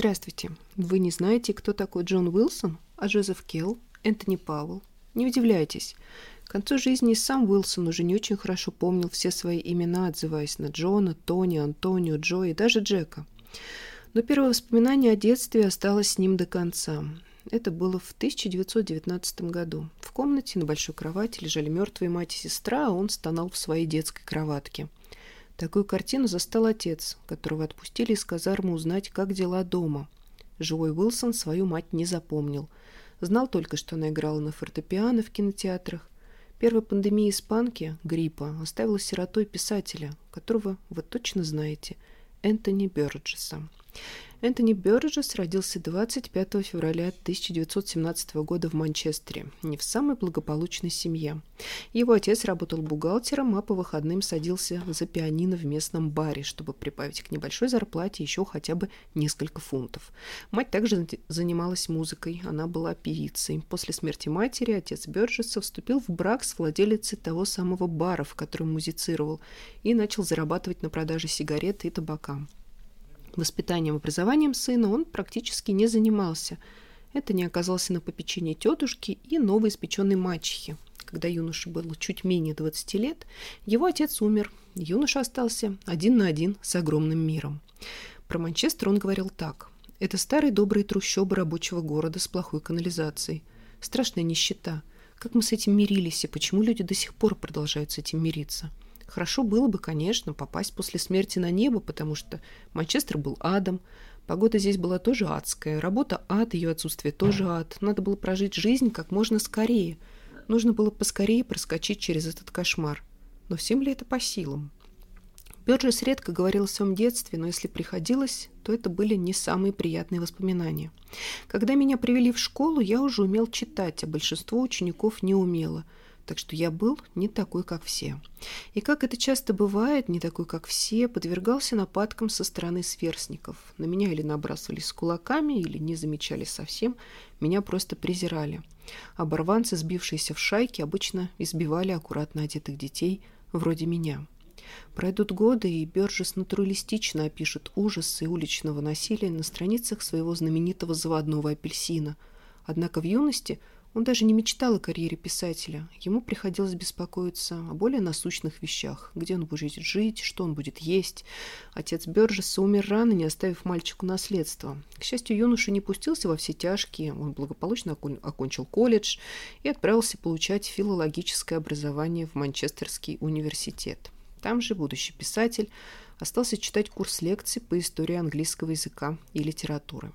Здравствуйте. Вы не знаете, кто такой Джон Уилсон, а Джозеф Келл, Энтони Пауэлл? Не удивляйтесь. К концу жизни и сам Уилсон уже не очень хорошо помнил все свои имена, отзываясь на Джона, Тони, Антонио, Джо и даже Джека. Но первое воспоминание о детстве осталось с ним до конца. Это было в 1919 году. В комнате на большой кровати лежали мертвые мать и сестра, а он стонал в своей детской кроватке. Такую картину застал отец, которого отпустили из казармы узнать, как дела дома. Живой Уилсон свою мать не запомнил. Знал только, что она играла на фортепиано в кинотеатрах. Первая пандемия испанки, гриппа, оставила сиротой писателя, которого вы точно знаете, Энтони Бёрджесса. Энтони Бёрджесс родился 25 февраля 1917 года в Манчестере, не в самой благополучной семье. Его отец работал бухгалтером, а по выходным садился за пианино в местном баре, чтобы прибавить к небольшой зарплате еще хотя бы несколько фунтов. Мать также занималась музыкой, она была певицей. После смерти матери отец Бёрджесса вступил в брак с владелицей того самого бара, в котором музицировал, и начал зарабатывать на продаже сигарет и табака. Воспитанием и образованием сына он практически не занимался. Это не оказался на попечении тетушки и новоиспеченной мачехи. Когда юноше было чуть менее 20 лет, его отец умер. Юноша остался один на один с огромным миром. Про Манчестер он говорил так. Это старые добрые трущобы рабочего города с плохой канализацией. Страшная нищета. Как мы с этим мирились и почему люди до сих пор продолжают с этим мириться? Хорошо было бы, конечно, попасть после смерти на небо, потому что Манчестер был адом, погода здесь была тоже адская, работа ад, ее отсутствие тоже ад. Надо было прожить жизнь как можно скорее. Нужно было поскорее проскочить через этот кошмар. Но всем ли это по силам? Бёрджесс редко говорил о своем детстве, но если приходилось, то это были не самые приятные воспоминания. Когда меня привели в школу, я уже умел читать, а большинство учеников не умело. Так что я был не такой, как все. И как это часто бывает, не такой, как все, подвергался нападкам со стороны сверстников. На меня или набрасывались с кулаками, или не замечали совсем, меня просто презирали. Оборванцы, сбившиеся в шайки, обычно избивали аккуратно одетых детей, вроде меня. Пройдут годы, и Бёрджесс натуралистично опишет ужасы уличного насилия на страницах своего знаменитого «Заводного апельсина». Однако в юности он даже не мечтал о карьере писателя. Ему приходилось беспокоиться о более насущных вещах. Где он будет жить, что он будет есть. Отец Бёрджесса умер рано, не оставив мальчику наследство. К счастью, юноша не пустился во все тяжкие. Он благополучно окончил колледж и отправился получать филологическое образование в Манчестерский университет. Там же будущий писатель остался читать курс лекций по истории английского языка и литературы.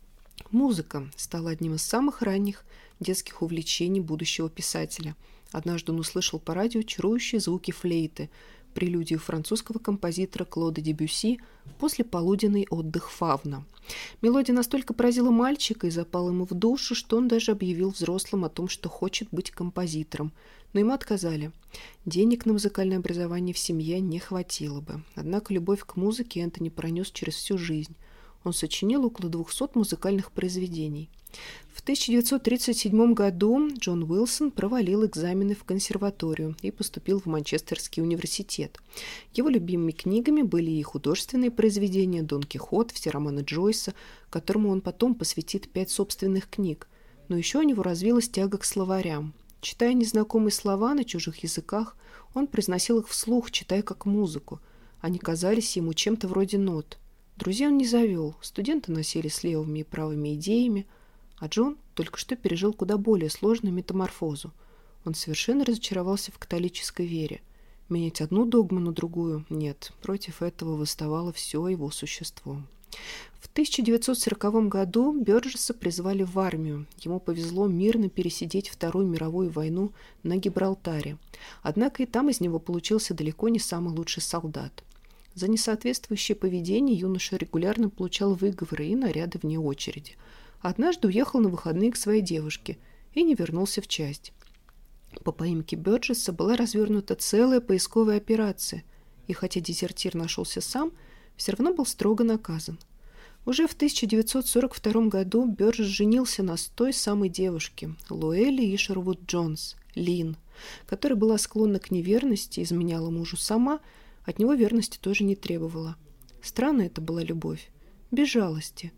Музыка стала одним из самых ранних детских увлечений будущего писателя. Однажды он услышал по радио чарующие звуки флейты, прелюдию французского композитора Клода Дебюсси «Послеполуденный отдых Фавна». Мелодия настолько поразила мальчика и запала ему в душу, что он даже объявил взрослым о том, что хочет быть композитором. Но ему отказали. Денег на музыкальное образование в семье не хватило бы. Однако любовь к музыке Энтони пронес через всю жизнь. Он сочинил около 200 музыкальных произведений. В 1937 году Джон Уилсон провалил экзамены в консерваторию и поступил в Манчестерский университет. Его любимыми книгами были и художественные произведения «Дон Кихот», все романы Джойса, которому он потом посвятит 5 собственных книг. Но еще у него развилась тяга к словарям. Читая незнакомые слова на чужих языках, он произносил их вслух, читая как музыку. Они казались ему чем-то вроде нот. Друзей он не завел, студенты носили с левыми и правыми идеями, а Джон только что пережил куда более сложную метаморфозу. Он совершенно разочаровался в католической вере. Менять одну догму на другую – нет, против этого восставало все его существо. В 1940 году Бёрджесса призвали в армию. Ему повезло мирно пересидеть Вторую мировую войну на Гибралтаре. Однако и там из него получился далеко не самый лучший солдат. За несоответствующее поведение юноша регулярно получал выговоры и наряды вне очереди. Однажды уехал на выходные к своей девушке и не вернулся в часть. По поимке Бёрджесса была развернута целая поисковая операция, и хотя дезертир нашелся сам, все равно был строго наказан. Уже в 1942 году Бёрджесс женился на той самой девушке, Луэлли Ишервуд Джонс, Лин, которая была склонна к неверности, изменяла мужу сама, от него верности тоже не требовала. Странная это была любовь, без жалости.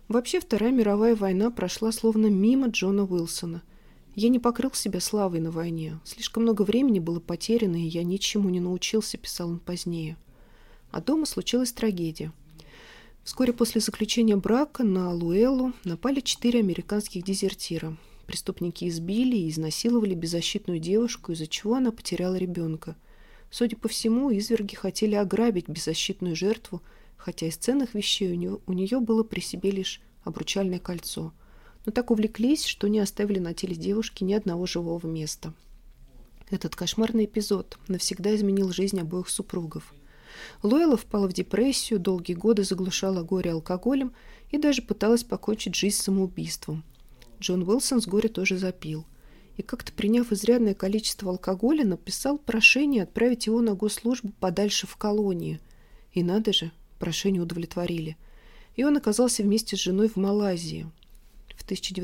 Вообще, Вторая мировая война прошла словно мимо Джона Уилсона. Я не покрыл себя славой на войне. Слишком много времени было потеряно, и я ничему не научился, писал он позднее. А дома случилась трагедия. Вскоре после заключения брака на Луэллу напали 4 американских дезертира. Преступники избили и изнасиловали беззащитную девушку, из-за чего она потеряла ребенка. Судя по всему, изверги хотели ограбить беззащитную жертву, хотя из ценных вещей у нее было при себе лишь обручальное кольцо. Но так увлеклись, что не оставили на теле девушки ни одного живого места. Этот кошмарный эпизод навсегда изменил жизнь обоих супругов. Луэлла впала в депрессию, долгие годы заглушала горе алкоголем и даже пыталась покончить жизнь самоубийством. Джон Уилсон с горя тоже запил. И как-то, приняв изрядное количество алкоголя, написал прошение отправить его на госслужбу подальше в колонии. И надо же, прошение удовлетворили. И он оказался вместе с женой в Малайзии. В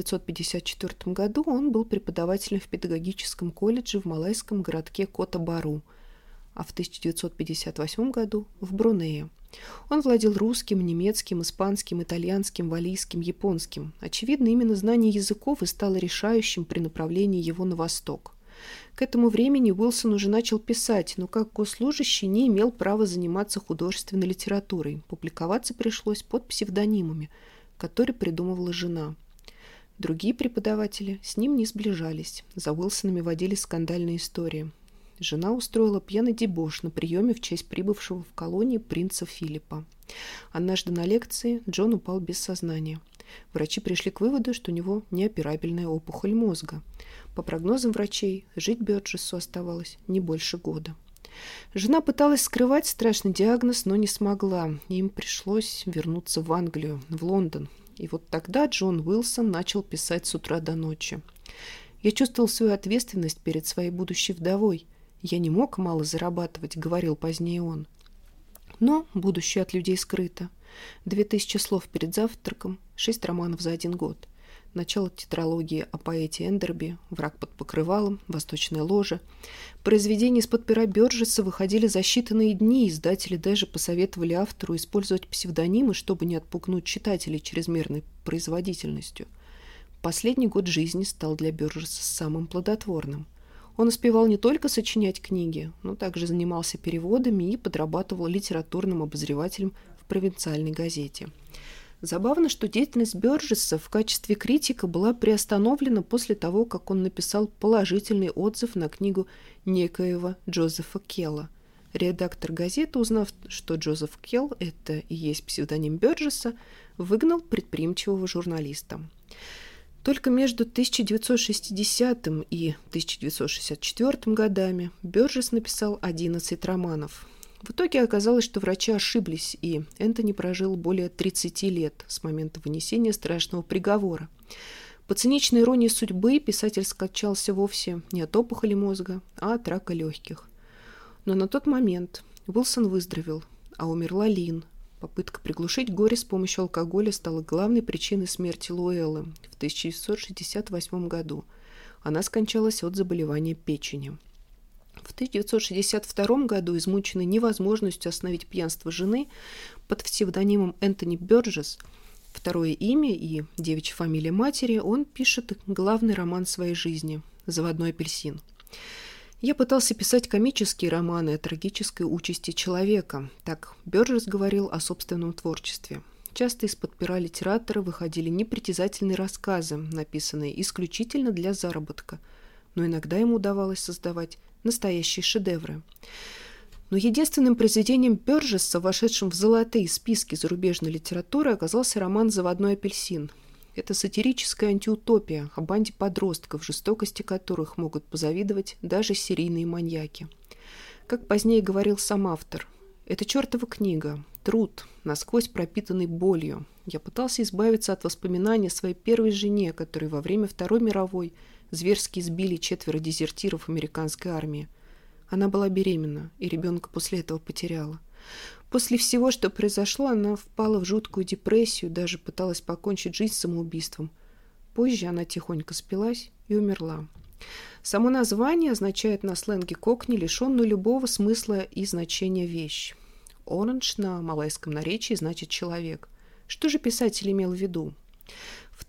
1954 году он был преподавателем в педагогическом колледже в малайском городке Кота-Бару, а в 1958 году в Брунее. Он владел русским, немецким, испанским, итальянским, валлийским, японским. Очевидно, именно знание языков и стало решающим при направлении его на восток. К этому времени Уилсон уже начал писать, но как госслужащий не имел права заниматься художественной литературой. Публиковаться пришлось под псевдонимами, которые придумывала жена. Другие преподаватели с ним не сближались. За Уилсонами водились скандальные истории. Жена устроила пьяный дебош на приеме в честь прибывшего в колонии принца Филиппа. Однажды на лекции Джон упал без сознания. Врачи пришли к выводу, что у него неоперабельная опухоль мозга. По прогнозам врачей, жить Бёрджессу оставалось не больше года. Жена пыталась скрывать страшный диагноз, но не смогла. Им пришлось вернуться в Англию, в Лондон. И вот тогда Джон Уилсон начал писать с утра до ночи. «Я чувствовал свою ответственность перед своей будущей вдовой. Я не мог мало зарабатывать», — говорил позднее он. Но будущее от людей скрыто. 2000 слов перед завтраком, 6 романов за 1 год. Начало тетралогии о поэте Эндерби, «Враг под покрывалом», «Восточная ложа». Произведения из-под пера Бёрджесса выходили за считанные дни, издатели даже посоветовали автору использовать псевдонимы, чтобы не отпугнуть читателей чрезмерной производительностью. Последний год жизни стал для Бёрджесса самым плодотворным. Он успевал не только сочинять книги, но также занимался переводами и подрабатывал литературным обозревателем в провинциальной газете. Забавно, что деятельность Бёрджесса в качестве критика была приостановлена после того, как он написал положительный отзыв на книгу некоего Джозефа Келла. Редактор газеты, узнав, что Джозеф Келл – это и есть псевдоним Бёрджесса, выгнал предприимчивого журналиста. Только между 1960 и 1964 годами Бёрджесс написал 11 романов. В итоге оказалось, что врачи ошиблись, и Энтони прожил более 30 лет с момента вынесения страшного приговора. По циничной иронии судьбы писатель скончался вовсе не от опухоли мозга, а от рака легких. Но на тот момент Уилсон выздоровел, а умерла Лин. Попытка приглушить горе с помощью алкоголя стала главной причиной смерти Луэллы в 1968 году. Она скончалась от заболевания печени. В 1962 году, измученный невозможностью остановить пьянство жены, под псевдонимом Энтони Бёрджесс, второе имя и девичья фамилия матери, он пишет главный роман своей жизни «Заводной апельсин». «Я пытался писать комические романы о трагической участи человека», так Бёрджесс говорил о собственном творчестве. Часто из-под пера литератора выходили непритязательные рассказы, написанные исключительно для заработка, но иногда ему удавалось создавать настоящие шедевры. Но единственным произведением Бёрджесса, вошедшим в золотые списки зарубежной литературы, оказался роман «Заводной апельсин». Это сатирическая антиутопия о банде подростков, жестокости которых могут позавидовать даже серийные маньяки. Как позднее говорил сам автор, «Это чертова книга, труд, насквозь пропитанный болью. Я пытался избавиться от воспоминаний о своей первой жене, которой во время Второй мировой зверски избили 4 дезертиров американской армии. Она была беременна, и ребенка после этого потеряла. После всего, что произошло, она впала в жуткую депрессию, даже пыталась покончить жизнь самоубийством. Позже она тихонько спилась и умерла». Само название означает на сленге кокни лишенную любого смысла и значения вещь. «Оранж» на малайском наречии значит «человек». Что же писатель имел в виду? В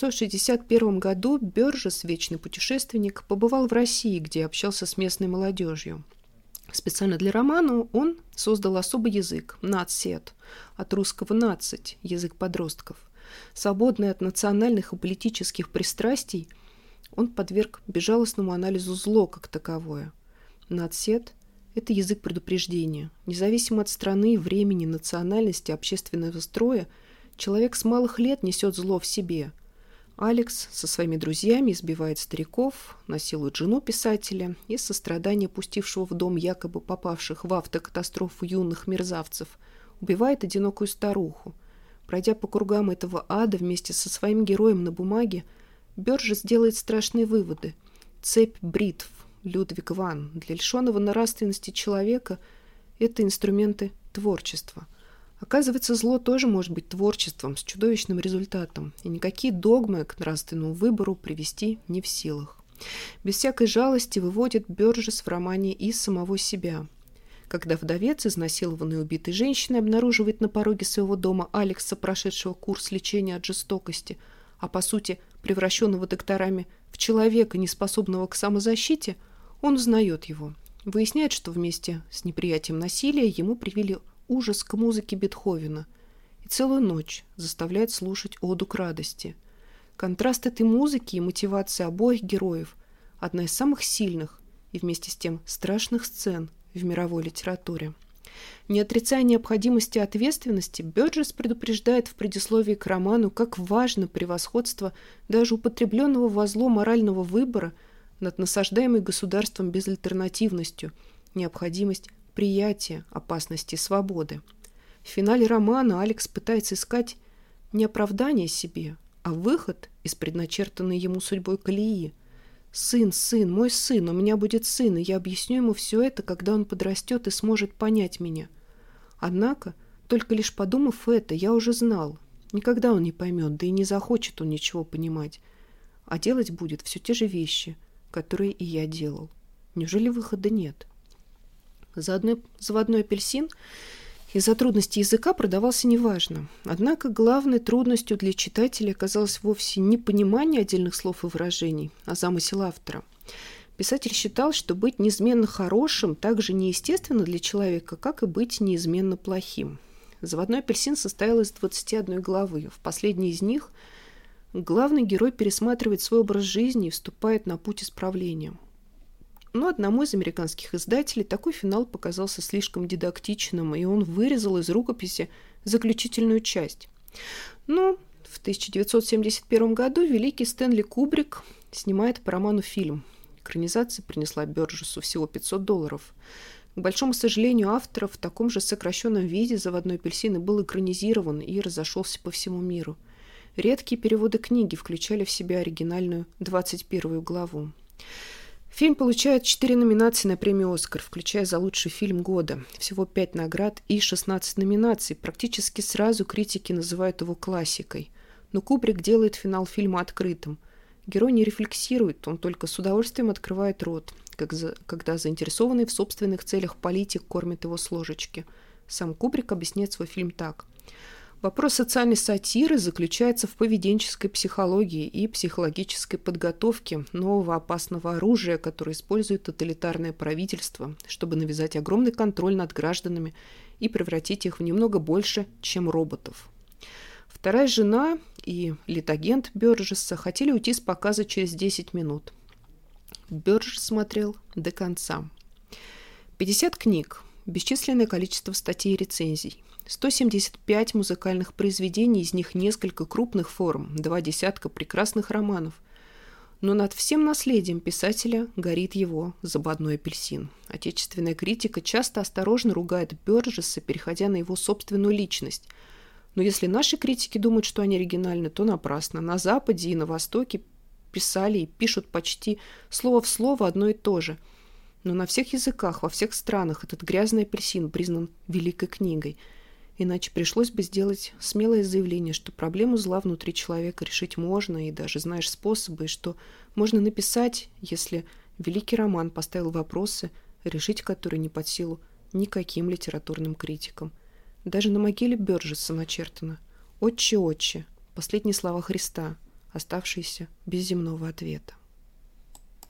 1961 году Бёрджес, вечный путешественник, побывал в России, где общался с местной молодежью. Специально для романа он создал особый язык – нацсет, от русского «нацать» – язык подростков. Свободный от национальных и политических пристрастий, он подверг безжалостному анализу зло как таковое. Нацсет – это язык предупреждения. Независимо от страны, времени, национальности, общественного строя, человек с малых лет несет зло в себе. Алекс со своими друзьями избивает стариков, насилует жену писателя, из сострадания пустившего в дом якобы попавших в автокатастрофу юных мерзавцев, убивает одинокую старуху. Пройдя по кругам этого ада вместе со своим героем на бумаге, Бёрджес делает страшные выводы. Цепь бритв Людвиг ван для лишенного нравственности человека – это инструменты творчества. Оказывается, зло тоже может быть творчеством с чудовищным результатом, и никакие догмы к нравственному выбору привести не в силах. Без всякой жалости выводит Бёрджес в романе из самого себя. Когда вдовец, изнасилованный и убитой женщиной, обнаруживает на пороге своего дома Алекса, прошедшего курс лечения от жестокости, а по сути превращенного докторами в человека, неспособного к самозащите, он узнает его. Выясняет, что вместе с неприятием насилия ему привили ужас к музыке Бетховена и целую ночь заставляет слушать оду к радости. Контраст этой музыки и мотивация обоих героев – одна из самых сильных и вместе с тем страшных сцен в мировой литературе. Не отрицая необходимости ответственности, Бёрджес предупреждает в предисловии к роману, как важно превосходство даже употребленного во зло морального выбора над насаждаемой государством безальтернативностью, необходимость приятия опасности свободы. В финале романа Алекс пытается искать не оправдание себе, а выход из предначертанной ему судьбой колеи. «Сын, сын, мой сын, у меня будет сын, и я объясню ему все это, когда он подрастет и сможет понять меня». Однако, только лишь подумав это, я уже знал. Никогда он не поймет, да и не захочет он ничего понимать. А делать будет все те же вещи, которые и я делал. Неужели выхода нет? Заводной апельсин из-за трудностей языка продавался неважно. Однако главной трудностью для читателя оказалось вовсе не понимание отдельных слов и выражений, а замысел автора. Писатель считал, что быть неизменно хорошим так же неестественно для человека, как и быть неизменно плохим. «Заводной апельсин» состоял из 21 главы. В последней из них главный герой пересматривает свой образ жизни и вступает на путь исправления. Но одному из американских издателей такой финал показался слишком дидактичным, и он вырезал из рукописи заключительную часть. Но в 1971 году великий Стэнли Кубрик снимает по роману фильм. Экранизация принесла Бёрджесу всего $500. К большому сожалению автора, в таком же сокращенном виде «Заводной апельсин» и был экранизирован и разошелся по всему миру. Редкие переводы книги включали в себя оригинальную 21 главу. Фильм получает 4 номинации на премию «Оскар», включая за лучший фильм года. Всего 5 наград и 16 номинаций. Практически сразу критики называют его классикой. Но Кубрик делает финал фильма открытым. Герой не рефлексирует, он только с удовольствием открывает рот, когда заинтересованный в собственных целях политик кормит его с ложечки. Сам Кубрик объясняет свой фильм так. Вопрос социальной сатиры заключается в поведенческой психологии и психологической подготовке нового опасного оружия, которое использует тоталитарное правительство, чтобы навязать огромный контроль над гражданами и превратить их в немного больше, чем роботов. Вторая жена и литагент Бёрджеса хотели уйти с показа через 10 минут. Бёрджес смотрел до конца. 50 книг, бесчисленное количество статей и рецензий. 175 музыкальных произведений, из них несколько крупных форм, 2 десятка прекрасных романов. Но над всем наследием писателя горит его «Заводной апельсин». Отечественная критика часто осторожно ругает Бёрджеса, переходя на его собственную личность. Но если наши критики думают, что они оригинальны, то напрасно. На Западе и на Востоке писали и пишут почти слово в слово одно и то же. Но на всех языках, во всех странах этот «Грязный апельсин» признан великой книгой. Иначе пришлось бы сделать смелое заявление, что проблему зла внутри человека решить можно, и даже знаешь способы, и что можно написать, если великий роман поставил вопросы, решить которые не под силу никаким литературным критикам. Даже на могиле Бёрджеса начертано: «Отче, отче!» – последние слова Христа, оставшиеся без земного ответа.